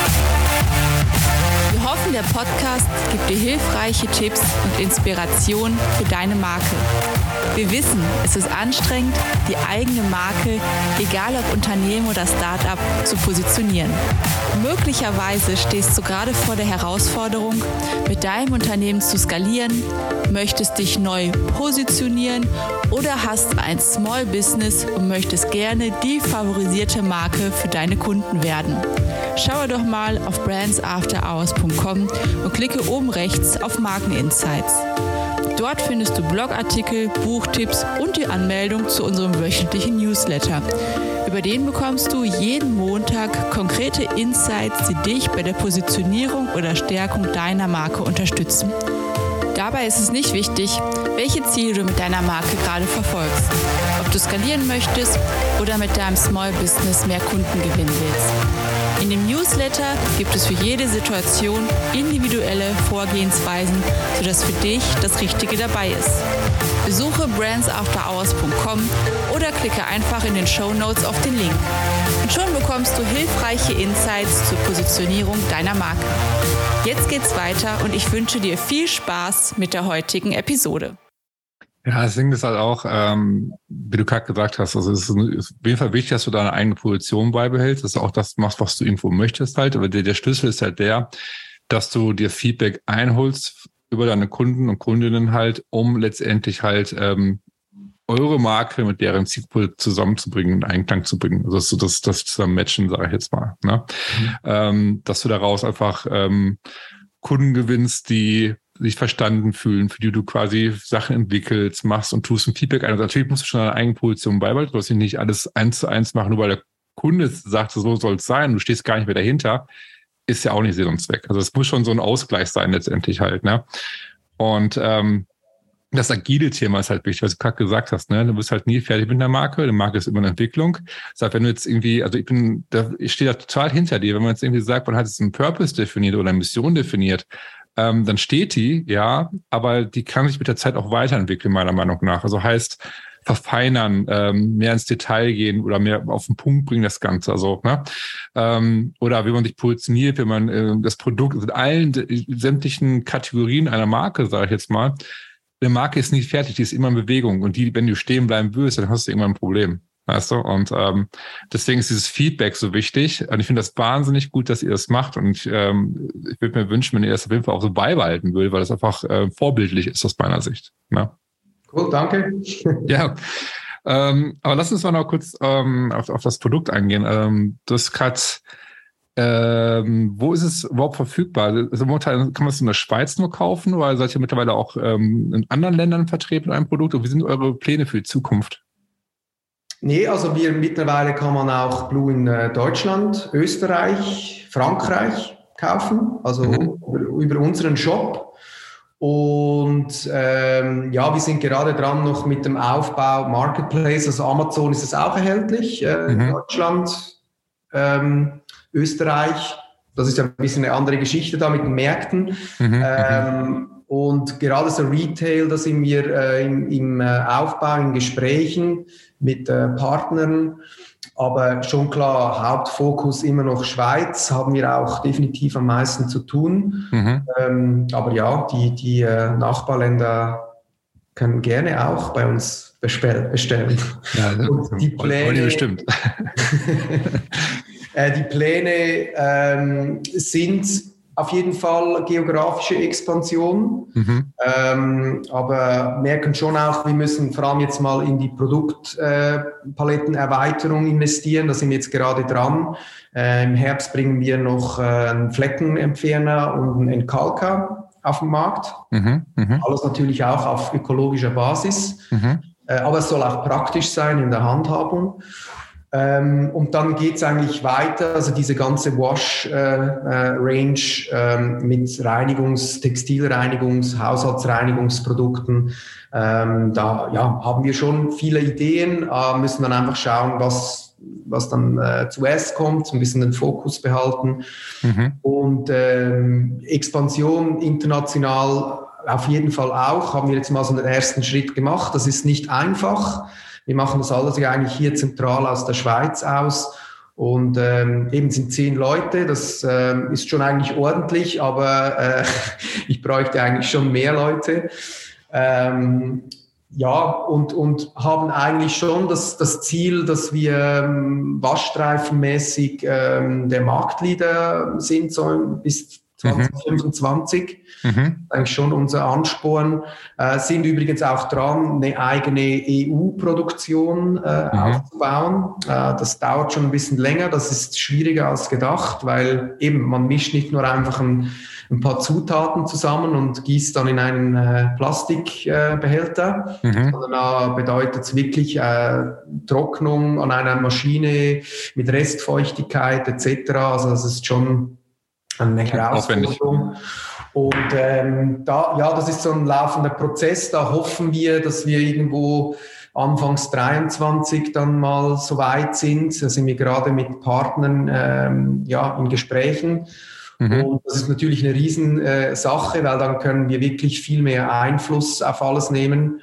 Wir hoffen, der Podcast gibt dir hilfreiche Tipps und Inspiration für deine Marke. Wir wissen, es ist anstrengend, die eigene Marke, egal ob Unternehmen oder Start-up, zu positionieren. Möglicherweise stehst du gerade vor der Herausforderung, mit deinem Unternehmen zu skalieren, möchtest dich neu positionieren oder hast ein Small Business und möchtest gerne die favorisierte Marke für deine Kunden werden. Schaue doch mal auf brandsafterhours.com und klicke oben rechts auf Markeninsights. Dort findest du Blogartikel, Buchtipps und die Anmeldung zu unserem wöchentlichen Newsletter. Über den bekommst du jeden Montag konkrete Insights, die dich bei der Positionierung oder Stärkung deiner Marke unterstützen. Dabei ist es nicht wichtig, welche Ziele du mit deiner Marke gerade verfolgst. Ob du skalieren möchtest oder mit deinem Small Business mehr Kunden gewinnen willst. In dem Newsletter gibt es für jede Situation individuelle Vorgehensweisen, sodass für dich das Richtige dabei ist. Besuche brandsafterhours.com oder klicke einfach in den Shownotes auf den Link. Und schon bekommst du hilfreiche Insights zur Positionierung deiner Marke. Jetzt geht's weiter und ich wünsche dir viel Spaß mit der heutigen Episode. Ja, das Ding ist halt auch, wie du gerade gesagt hast, also es ist auf jeden Fall wichtig, dass du deine eigene Position beibehältst, dass du auch das machst, was du irgendwo möchtest halt, aber der Schlüssel ist halt dass du dir Feedback einholst über deine Kunden und Kundinnen halt, um letztendlich halt eure Marke mit deren Zielgruppe zusammenzubringen, in Einklang zu bringen. Also das Zusammenmatchen, sage ich jetzt mal. Ne? Dass du daraus einfach Kunden gewinnst, die sich verstanden fühlen, für die du quasi Sachen entwickelst, machst und tust ein Feedback ein. Also natürlich musst du schon deine eigene Position beibehalten, du musst nicht alles 1:1 machen, nur weil der Kunde sagt, so soll es sein, du stehst gar nicht mehr dahinter, ist ja auch nicht Sinn und Zweck. Also es muss schon so ein Ausgleich sein letztendlich halt. Ne? Und das agile Thema ist halt wichtig, was du gerade gesagt hast. Ne? Du bist halt nie fertig mit der Marke. Die Marke ist immer eine Entwicklung. Das heißt, wenn du jetzt irgendwie, also ich stehe da total hinter dir, wenn man jetzt irgendwie sagt, man hat jetzt einen Purpose definiert oder eine Mission definiert, dann steht die, ja, aber die kann sich mit der Zeit auch weiterentwickeln, meiner Meinung nach. Also heißt, verfeinern, mehr ins Detail gehen oder mehr auf den Punkt bringen das Ganze. Also, ne? Oder wie man sich positioniert, wenn man das Produkt in allen sämtlichen Kategorien einer Marke, sage ich jetzt mal, eine Marke ist nicht fertig, die ist immer in Bewegung. Und wenn du stehen bleiben willst, dann hast du irgendwann ein Problem. Weißt du? Und deswegen ist dieses Feedback so wichtig. Und ich finde das wahnsinnig gut, dass ihr das macht. Und ich würde mir wünschen, wenn ihr das auf jeden Fall auch so beibehalten würdet, weil das einfach vorbildlich ist aus meiner Sicht. Ne? Cool, danke. Ja. Aber lass uns mal noch kurz auf das Produkt eingehen. Du hast gerade wo ist es überhaupt verfügbar? Also momentan kann man es in der Schweiz nur kaufen oder seid ihr mittlerweile auch in anderen Ländern vertreten mit einem Produkt? Und wie sind eure Pläne für die Zukunft? Nee, also mittlerweile kann man auch Blue in Deutschland, Österreich, Frankreich kaufen, also über unseren Shop. Und wir sind gerade dran noch mit dem Aufbau Marketplace, also Amazon ist es auch erhältlich, Deutschland, Österreich, das ist ja ein bisschen eine andere Geschichte da mit den Märkten. Und gerade so Retail, da sind wir im Aufbau, in Gesprächen mit Partnern. Aber schon klar, Hauptfokus immer noch Schweiz, haben wir auch definitiv am meisten zu tun. Aber ja, die Nachbarländer können gerne auch bei uns bestellen. Ja, und die Pläne, bestimmt. Die Pläne sind auf jeden Fall geografische Expansion, aber merken schon auch, wir müssen vor allem jetzt mal in die Produktpalettenerweiterung investieren. Da sind wir jetzt gerade dran. Im Herbst bringen wir noch einen Fleckenentferner und einen Entkalker auf den Markt. Alles natürlich auch auf ökologischer Basis. Aber es soll auch praktisch sein in der Handhabung. Und dann geht es eigentlich weiter, also diese ganze Wash-Range mit Textilreinigungs-, Haushaltsreinigungsprodukten. Da haben wir schon viele Ideen, müssen dann einfach schauen, was dann zuerst kommt, so ein bisschen den Fokus behalten. Und Expansion international auf jeden Fall auch, haben wir jetzt mal so einen ersten Schritt gemacht. Das ist nicht einfach. Wir machen das alles ja eigentlich hier zentral aus der Schweiz aus und eben sind 10 Leute, das ist schon eigentlich ordentlich, aber ich bräuchte eigentlich schon mehr Leute. Und haben eigentlich schon das Ziel, dass wir waschstreifenmäßig der Marktleader sind, so bis 2025. Eigentlich schon unser Ansporn. Sind übrigens auch dran, eine eigene EU-Produktion aufzubauen. Das dauert schon ein bisschen länger. Das ist schwieriger als gedacht, weil eben man mischt nicht nur einfach ein paar Zutaten zusammen und gießt dann in einen Plastikbehälter, sondern da bedeutet es wirklich Trocknung an einer Maschine mit Restfeuchtigkeit etc. Also das ist schon eine Herausforderung. Und das ist so ein laufender Prozess. Da hoffen wir, dass wir irgendwo anfangs 23 dann mal so weit sind. Da sind wir gerade mit Partnern in Gesprächen. Und das ist natürlich eine Riesensache, weil dann können wir wirklich viel mehr Einfluss auf alles nehmen.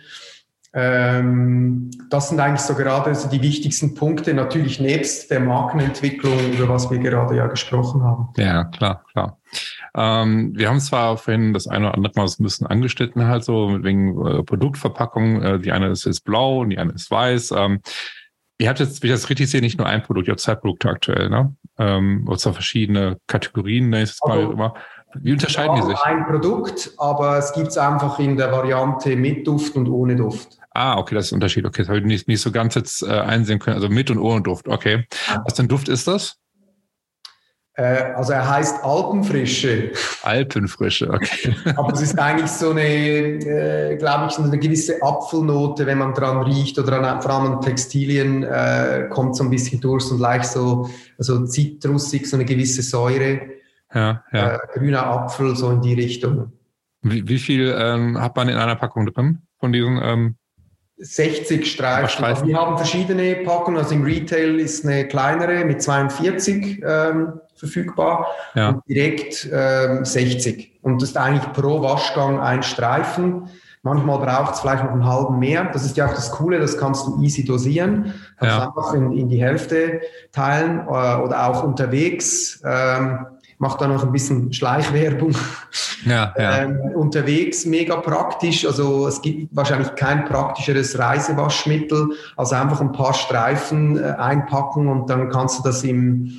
Das sind eigentlich so gerade so die wichtigsten Punkte, natürlich nebst der Markenentwicklung, über was wir gerade ja gesprochen haben. Ja, klar. Wir haben zwar vorhin das eine oder andere Mal so ein bisschen angeschnitten, halt so wegen Produktverpackung. Die eine ist jetzt blau und die eine ist weiß. Ihr habt jetzt, wie ich das richtig sehe, nicht nur ein Produkt, ihr habt 2 Produkte aktuell, ne? Oder zwar verschiedene Kategorien, ne? Wie unterscheiden die sich? Ein Produkt, aber es gibt es einfach in der Variante mit Duft und ohne Duft. Okay, das ist der Unterschied. Okay, das habe ich nicht so ganz jetzt einsehen können. Also mit und ohne Duft. Okay. Was für ein Duft ist das? Also er heißt Alpenfrische. Alpenfrische, okay. Aber es ist eigentlich so eine, glaube ich, so eine gewisse Apfelnote, wenn man dran riecht oder vor allem an Textilien kommt so ein bisschen durch und leicht so also zitrusig, so eine gewisse Säure. Ja. Grüner Apfel, so in die Richtung. Wie viel hat man in einer Packung drin von diesen 60 Streifen. Also wir haben verschiedene Packungen. Also im Retail ist eine kleinere mit 42 verfügbar und direkt 60. Und das ist eigentlich pro Waschgang ein Streifen. Manchmal braucht es vielleicht noch einen halben mehr. Das ist ja auch das Coole, das kannst du easy dosieren. Kannst einfach in die Hälfte teilen oder auch unterwegs. Macht da noch ein bisschen Schleichwerbung. Unterwegs mega praktisch. Also es gibt wahrscheinlich kein praktischeres Reisewaschmittel, als einfach ein paar Streifen einpacken und dann kannst du das im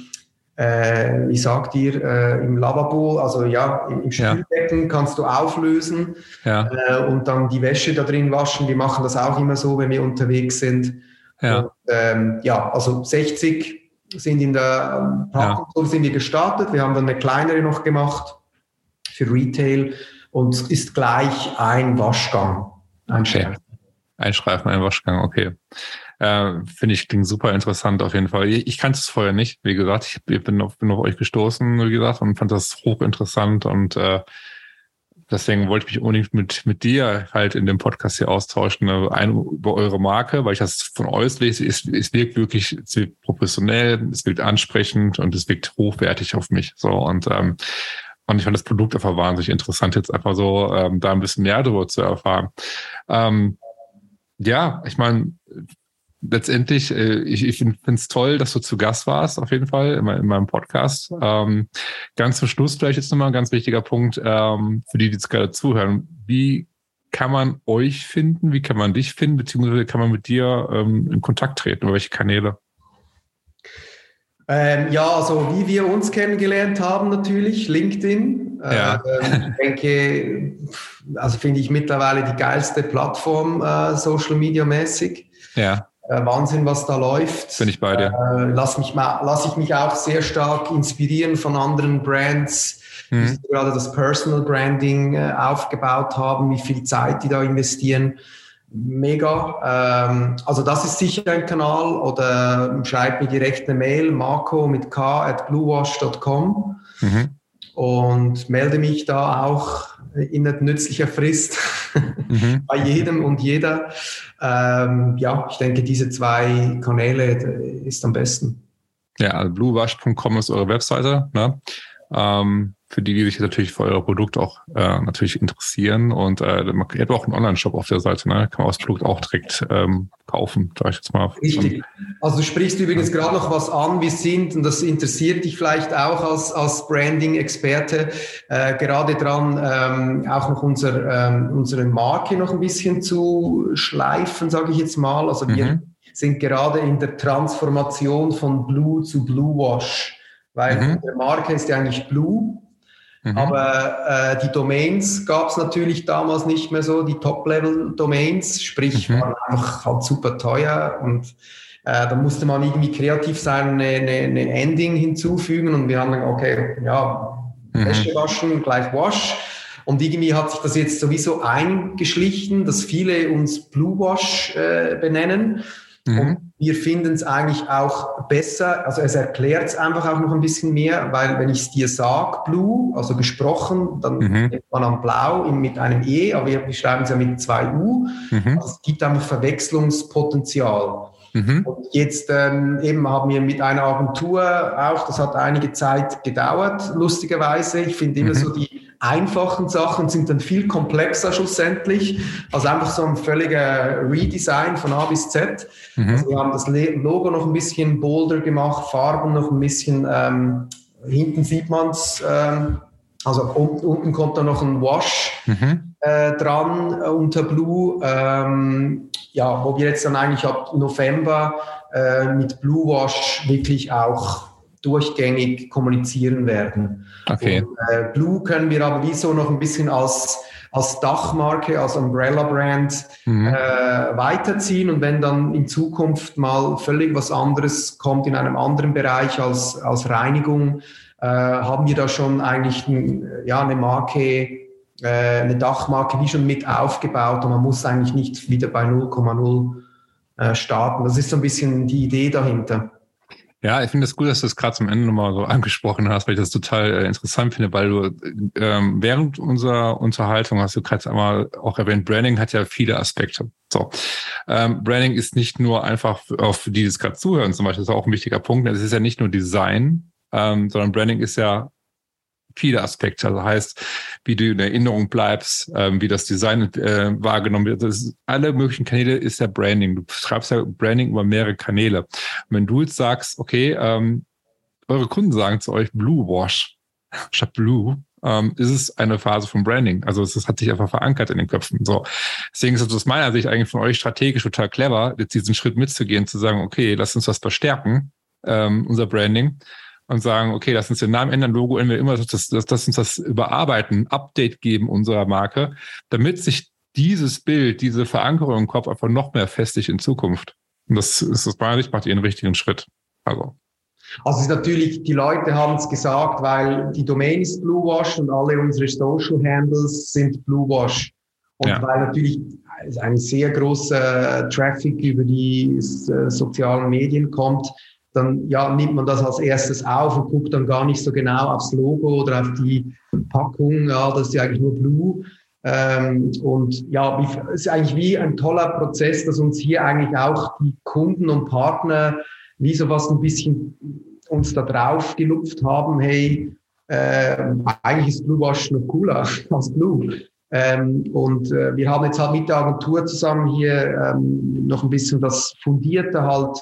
Lavabo, also im Spülbecken kannst du auflösen und dann die Wäsche da drin waschen. Wir machen das auch immer so, wenn wir unterwegs sind. Und, also 60 sind in der Packung, so sind wir gestartet. Wir haben dann eine kleinere noch gemacht für Retail und es ist gleich ein Waschgang. Ein Streifen, ein Waschgang, okay. Finde ich, klingt super interessant auf jeden Fall. Ich kannte es vorher nicht, wie gesagt. Ich bin auf euch gestoßen, wie gesagt, und fand das hochinteressant und deswegen wollte ich mich unbedingt mit dir halt in dem Podcast hier austauschen, über eure Marke, weil ich das von euch lese, es wirkt wirklich, es wirkt professionell, es wirkt ansprechend und es wirkt hochwertig auf mich. So und ich fand das Produkt einfach wahnsinnig interessant, jetzt einfach so da ein bisschen mehr darüber zu erfahren. Ich meine, letztendlich, ich finde es toll, dass du zu Gast warst, auf jeden Fall, in meinem Podcast. Ganz zum Schluss vielleicht jetzt nochmal ein ganz wichtiger Punkt für die jetzt gerade zuhören. Wie kann man euch finden? Wie kann man dich finden? Beziehungsweise kann man mit dir in Kontakt treten? Über welche Kanäle? Also wie wir uns kennengelernt haben natürlich, LinkedIn. Ich denke, also finde ich mittlerweile die geilste Plattform Social Media mäßig. Ja. Wahnsinn, was da läuft. Bin ich bei dir. Lass ich mich auch sehr stark inspirieren von anderen Brands, die gerade das Personal Branding aufgebaut haben, wie viel Zeit die da investieren. Mega. Also das ist sicher ein Kanal oder schreib mir direkt eine Mail, Marco mit k@bluewash.com und melde mich da auch in nützlicher Frist bei jedem und jeder. Ich denke, diese 2 Kanäle ist am besten. Ja, also bluewash.com ist eure Webseite, ne? Für die sich natürlich für euer Produkt auch natürlich interessieren. Und ihr habt auch einen Online-Shop auf der Seite, ne? Kann man das Produkt auch direkt kaufen, sag ich jetzt mal. Richtig. Also du sprichst übrigens gerade noch was an, wir sind, und das interessiert dich vielleicht auch als Branding-Experte, gerade dran, auch noch unsere Marke noch ein bisschen zu schleifen, sage ich jetzt mal. Also wir sind gerade in der Transformation von Blue zu Blue Wash, weil die Marke ist ja eigentlich Blue. Aber die Domains gab es natürlich damals nicht mehr so, die Top-Level-Domains, sprich waren einfach halt super teuer und da musste man irgendwie kreativ sein, eine Ending hinzufügen und wir haben dann, okay, Wäsche waschen, gleich Wash. Und irgendwie hat sich das jetzt sowieso eingeschlichen, dass viele uns Blue Wash benennen. Und wir finden es eigentlich auch besser, also es erklärt es einfach auch noch ein bisschen mehr, weil wenn ich es dir sage, Blue, also gesprochen, dann denkt man an Blau mit einem E, aber wir schreiben es ja mit 2 U. Also es gibt einfach Verwechslungspotenzial. Und jetzt eben haben wir mit einer Agentur auch, das hat einige Zeit gedauert, lustigerweise. Ich finde immer so die einfachen Sachen sind dann viel komplexer schlussendlich, also einfach so ein völliger Redesign von A bis Z. Also wir haben das Logo noch ein bisschen bolder gemacht, Farben noch ein bisschen, hinten sieht man es, also unten kommt dann noch ein Wash dran unter Blue, wo wir jetzt dann eigentlich ab November mit Blue Wash wirklich auch durchgängig kommunizieren werden. Okay. Und, Blue können wir aber wie so noch ein bisschen als als Dachmarke, als Umbrella-Brand weiterziehen. Und wenn dann in Zukunft mal völlig was anderes kommt in einem anderen Bereich als Reinigung, haben wir da schon eigentlich eine Marke, eine Dachmarke wie schon mit aufgebaut und man muss eigentlich nicht wieder bei 0,0 starten. Das ist so ein bisschen die Idee dahinter. Ja, ich finde es gut, dass du es gerade zum Ende nochmal so angesprochen hast, weil ich das total interessant finde, weil du während unserer Unterhaltung hast du gerade einmal auch erwähnt, Branding hat ja viele Aspekte. So, Branding ist nicht nur einfach für die das gerade zuhören, zum Beispiel, das ist auch ein wichtiger Punkt. Es ist ja nicht nur Design, sondern Branding ist ja viele Aspekte. Also heißt, wie du in Erinnerung bleibst, wie das Design wahrgenommen wird. Das ist, alle möglichen Kanäle ist ja Branding. Du schreibst ja Branding über mehrere Kanäle. Und wenn du jetzt sagst, okay, eure Kunden sagen zu euch Blue Wash statt Blue, ist es eine Phase von Branding. Also es hat sich einfach verankert in den Köpfen. So. Deswegen ist es aus meiner Sicht eigentlich von euch strategisch total clever, jetzt diesen Schritt mitzugehen, zu sagen, okay, lass uns das verstärken, unser Branding. Und sagen, okay, lass uns den Namen ändern, Logo ändern, immer lass uns das überarbeiten, Update geben unserer Marke, damit sich dieses Bild, diese Verankerung im Kopf einfach noch mehr festigt in Zukunft. Und das ist aus meiner Sicht, macht ihr einen richtigen Schritt. Also es ist natürlich, die Leute haben es gesagt, weil die Domain ist Blue Wash und alle unsere Social Handles sind Blue Wash. Und weil natürlich ein sehr großer Traffic über die sozialen Medien kommt, dann nimmt man das als erstes auf und guckt dann gar nicht so genau aufs Logo oder auf die Packung. Ja, das ist ja eigentlich nur Blue. Es ist eigentlich wie ein toller Prozess, dass uns hier eigentlich auch die Kunden und Partner wie sowas ein bisschen uns da drauf gelupft haben. Hey, eigentlich ist Blue Wash noch cooler als Blue. Wir haben jetzt halt mit der Agentur zusammen hier noch ein bisschen das Fundierter halt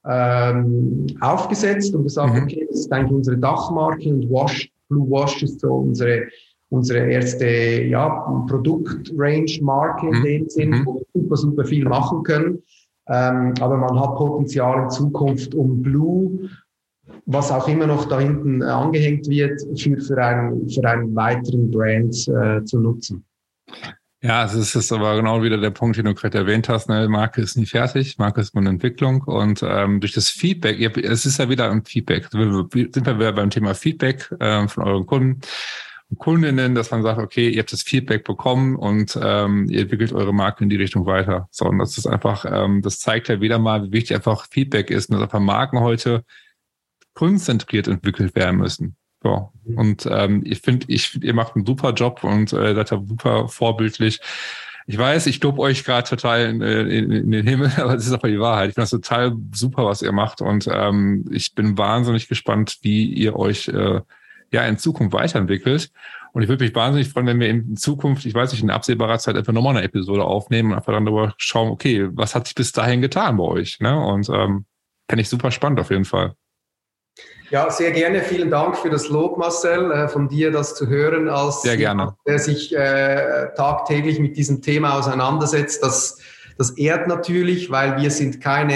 aufgesetzt und gesagt, okay, das ist eigentlich unsere Dachmarke und Blue Wash ist so unsere erste Produktrange-Marke in dem Sinn, wo wir super viel machen können. Aber man hat Potenzial in Zukunft, um Blue, was auch immer noch da hinten angehängt wird, für einen weiteren Brand zu nutzen. Ja, es ist aber genau wieder der Punkt, den du gerade erwähnt hast. Ne? Marke ist nie fertig, Marke ist nur eine Entwicklung und durch das Feedback, es ist ja wieder ein Feedback. Sind wir wieder beim Thema Feedback von euren Kunden und Kundinnen, dass man sagt, okay, ihr habt das Feedback bekommen und ihr entwickelt eure Marke in die Richtung weiter. So, und das ist einfach, das zeigt ja wieder mal, wie wichtig einfach Feedback ist und dass einfach Marken heute kundenzentriert entwickelt werden müssen. So. Und ich finde, ihr macht einen super Job und seid da super vorbildlich. Ich weiß, ich lobe euch gerade total in den Himmel, aber das ist aber die Wahrheit. Ich finde das total super, was ihr macht und ich bin wahnsinnig gespannt, wie ihr euch in Zukunft weiterentwickelt. Und ich würde mich wahnsinnig freuen, wenn wir in Zukunft, ich weiß nicht, in absehbarer Zeit einfach nochmal eine Episode aufnehmen und einfach dann darüber schauen, okay, was hat sich bis dahin getan bei euch? Ne? Und fände ich super spannend auf jeden Fall. Ja, sehr gerne. Vielen Dank für das Lob, Marcel, von dir das zu hören, als jemand, der sich tagtäglich mit diesem Thema auseinandersetzt. Das ehrt natürlich, weil wir sind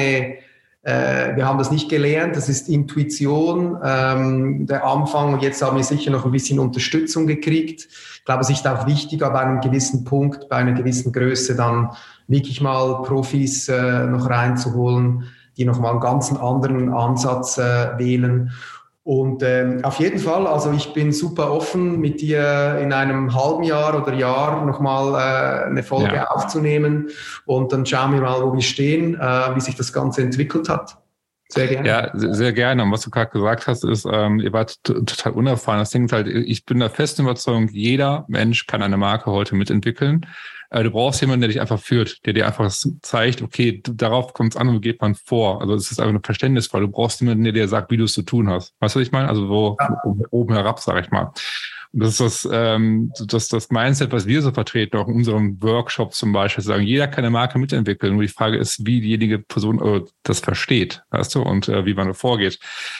wir haben das nicht gelernt, das ist Intuition, der Anfang, und jetzt haben wir sicher noch ein bisschen Unterstützung gekriegt. Ich glaube, es ist auch wichtig, ab einem gewissen Punkt, bei einer gewissen Größe dann wirklich mal Profis noch reinzuholen, die nochmal einen ganz anderen Ansatz wählen. Und auf jeden Fall, also ich bin super offen, mit dir in einem halben Jahr oder Jahr nochmal eine Folge aufzunehmen. Und dann schauen wir mal, wo wir stehen, wie sich das Ganze entwickelt hat. Sehr gerne. Ja, sehr gerne. Und was du gerade gesagt hast, ist, ihr wart total unerfahren. Das Ding ist halt, ich bin der festen Überzeugung, jeder Mensch kann eine Marke heute mitentwickeln. Du brauchst jemanden, der dich einfach führt, der dir einfach zeigt, okay, darauf kommt es an und geht man vor. Also es ist einfach eine Verständnisfrage. Du brauchst jemanden, der dir sagt, wie du es zu tun hast. Weißt du, was ich meine? Also so oben herab, sage ich mal. Und das ist das Mindset, was wir so vertreten, auch in unserem Workshop zum Beispiel, sagen, jeder kann eine Marke mitentwickeln. Nur die Frage ist, wie diejenige Person das versteht, weißt du, und wie man da vorgeht.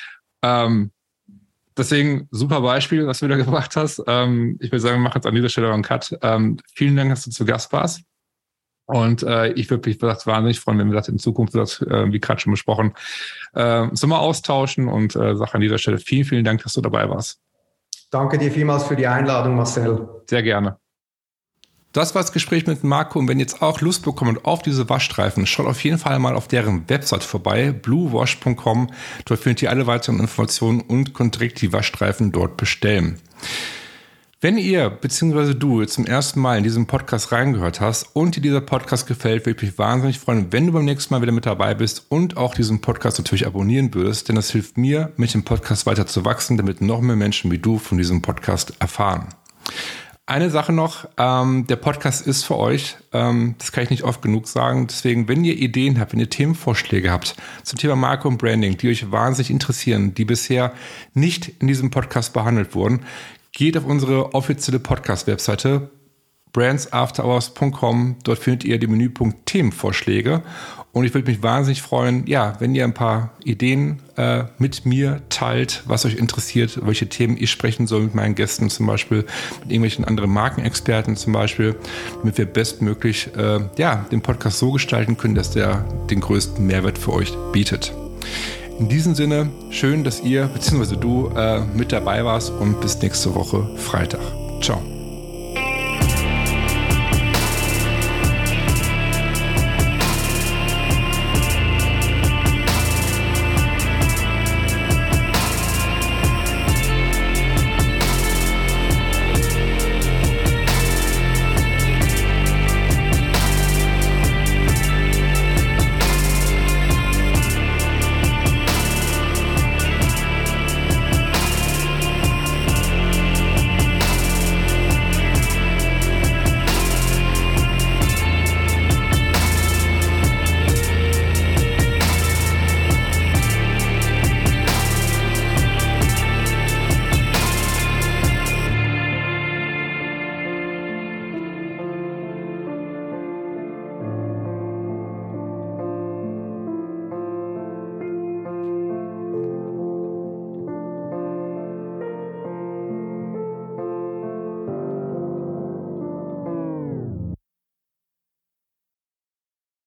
Deswegen super Beispiel, was du da gebracht hast. Ich würde sagen, wir machen jetzt an dieser Stelle einen Cut. Vielen Dank, dass du zu Gast warst. Und ich würde mich wahnsinnig freuen, wenn wir das in Zukunft, wie gerade schon besprochen, so mal austauschen und sage an dieser Stelle vielen Dank, dass du dabei warst. Danke dir vielmals für die Einladung, Marcel. Sehr gerne. Das war das Gespräch mit Marco und wenn ihr jetzt auch Lust bekommt auf diese Waschstreifen, schaut auf jeden Fall mal auf deren Website vorbei, bluewash.com. Dort findet ihr alle weiteren Informationen und könnt direkt die Waschstreifen dort bestellen. Wenn ihr bzw. du jetzt zum ersten Mal in diesen Podcast reingehört hast und dir dieser Podcast gefällt, würde ich mich wahnsinnig freuen, wenn du beim nächsten Mal wieder mit dabei bist und auch diesen Podcast natürlich abonnieren würdest, denn das hilft mir, mit dem Podcast weiter zu wachsen, damit noch mehr Menschen wie du von diesem Podcast erfahren. Eine Sache noch, der Podcast ist für euch, das kann ich nicht oft genug sagen, deswegen, wenn ihr Ideen habt, wenn ihr Themenvorschläge habt zum Thema Marke und Branding, die euch wahnsinnig interessieren, die bisher nicht in diesem Podcast behandelt wurden, geht auf unsere offizielle Podcast-Webseite brandsafterhours.com, dort findet ihr den Menüpunkt Themenvorschläge und ich würde mich wahnsinnig freuen, ja, wenn ihr ein paar Ideen mit mir teilt, was euch interessiert, welche Themen ich sprechen soll mit meinen Gästen zum Beispiel, mit irgendwelchen anderen Markenexperten zum Beispiel, damit wir bestmöglich den Podcast so gestalten können, dass der den größten Mehrwert für euch bietet. In diesem Sinne, schön, dass ihr bzw. du mit dabei warst und bis nächste Woche Freitag. Ciao.